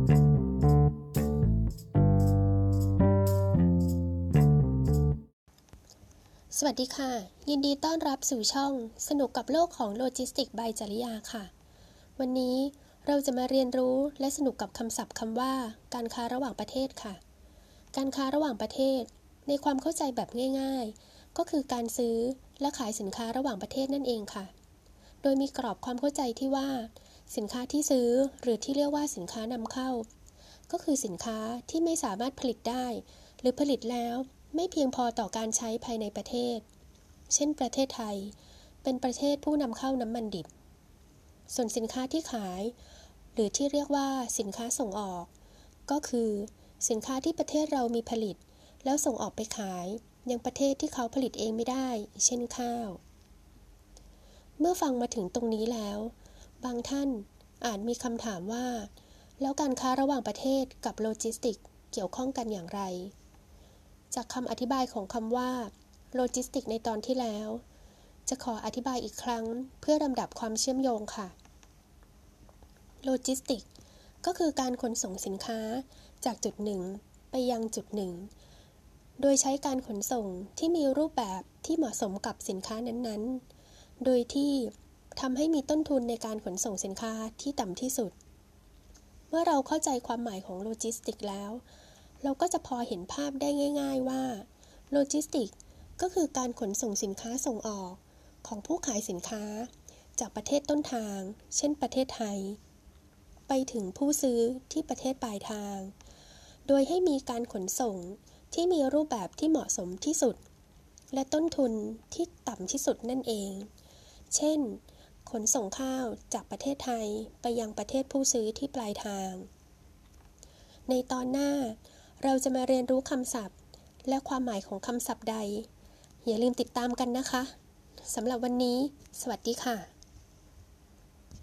สวัสดีค่ะยินดีต้อนรับสู่ช่องสนุกกับโลกของโลจิสติกส์บายจริยาค่ะวันนี้เราจะมาเรียนรู้และสนุกกับคำศัพท์คำว่าการค้าระหว่างประเทศค่ะการค้าระหว่างประเทศในความเข้าใจแบบง่ายๆก็คือการซื้อและขายสินค้าระหว่างประเทศนั่นเองค่ะโดยมีกรอบความเข้าใจที่ว่าสินค้าที่ซื้อหรือที่เรียกว่าสินค้านำเข้าก็คือสินค้าที่ไม่สามารถผลิตได้หรือผลิตแล้วไม่เพียงพอต่อการใช้ภายในประเทศเช่นประเทศไทยเป็นประเทศผู้นำเข้าน้ำมันดิบส่วนสินค้าที่ขายหรือที่เรียกว่าสินค้าส่งออกก็คือสินค้าที่ประเทศเรามีผลิตแล้วส่งออกไปขายยังประเทศที่เขาผลิตเองไม่ได้เช่นข้าวเมื่อฟังมาถึงตรงนี้แล้วบางท่านอาจมีคำถามว่าแล้วการค้าระหว่างประเทศกับโลจิสติกส์เกี่ยวข้องกันอย่างไรจากคำอธิบายของคำว่าโลจิสติกส์ในตอนที่แล้วจะขออธิบายอีกครั้งเพื่อลำดับความเชื่อมโยงค่ะโลจิสติกส์ก็คือการขนส่งสินค้าจากจุดหนึ่งไปยังจุดหนึ่งโดยใช้การขนส่งที่มีรูปแบบที่เหมาะสมกับสินค้านั้นๆโดยที่ทำให้มีต้นทุนในการขนส่งสินค้าที่ต่ำที่สุดเมื่อเราเข้าใจความหมายของโลจิสติกส์แล้วเราก็จะพอเห็นภาพได้ง่ายๆว่าโลจิสติกส์ก็คือการขนส่งสินค้าส่งออกของผู้ขายสินค้าจากประเทศต้นทางเช่นประเทศไทยไปถึงผู้ซื้อที่ประเทศปลายทางโดยให้มีการขนส่งที่มีรูปแบบที่เหมาะสมที่สุดและต้นทุนที่ต่ำที่สุดนั่นเองเช่นขนส่งข้าวจากประเทศไทยไปยังประเทศผู้ซื้อที่ปลายทางในตอนหน้าเราจะมาเรียนรู้คำศัพท์และความหมายของคำศัพท์ใดอย่าลืมติดตามกันนะคะสำหรับวันนี้สวัสดีค่ะ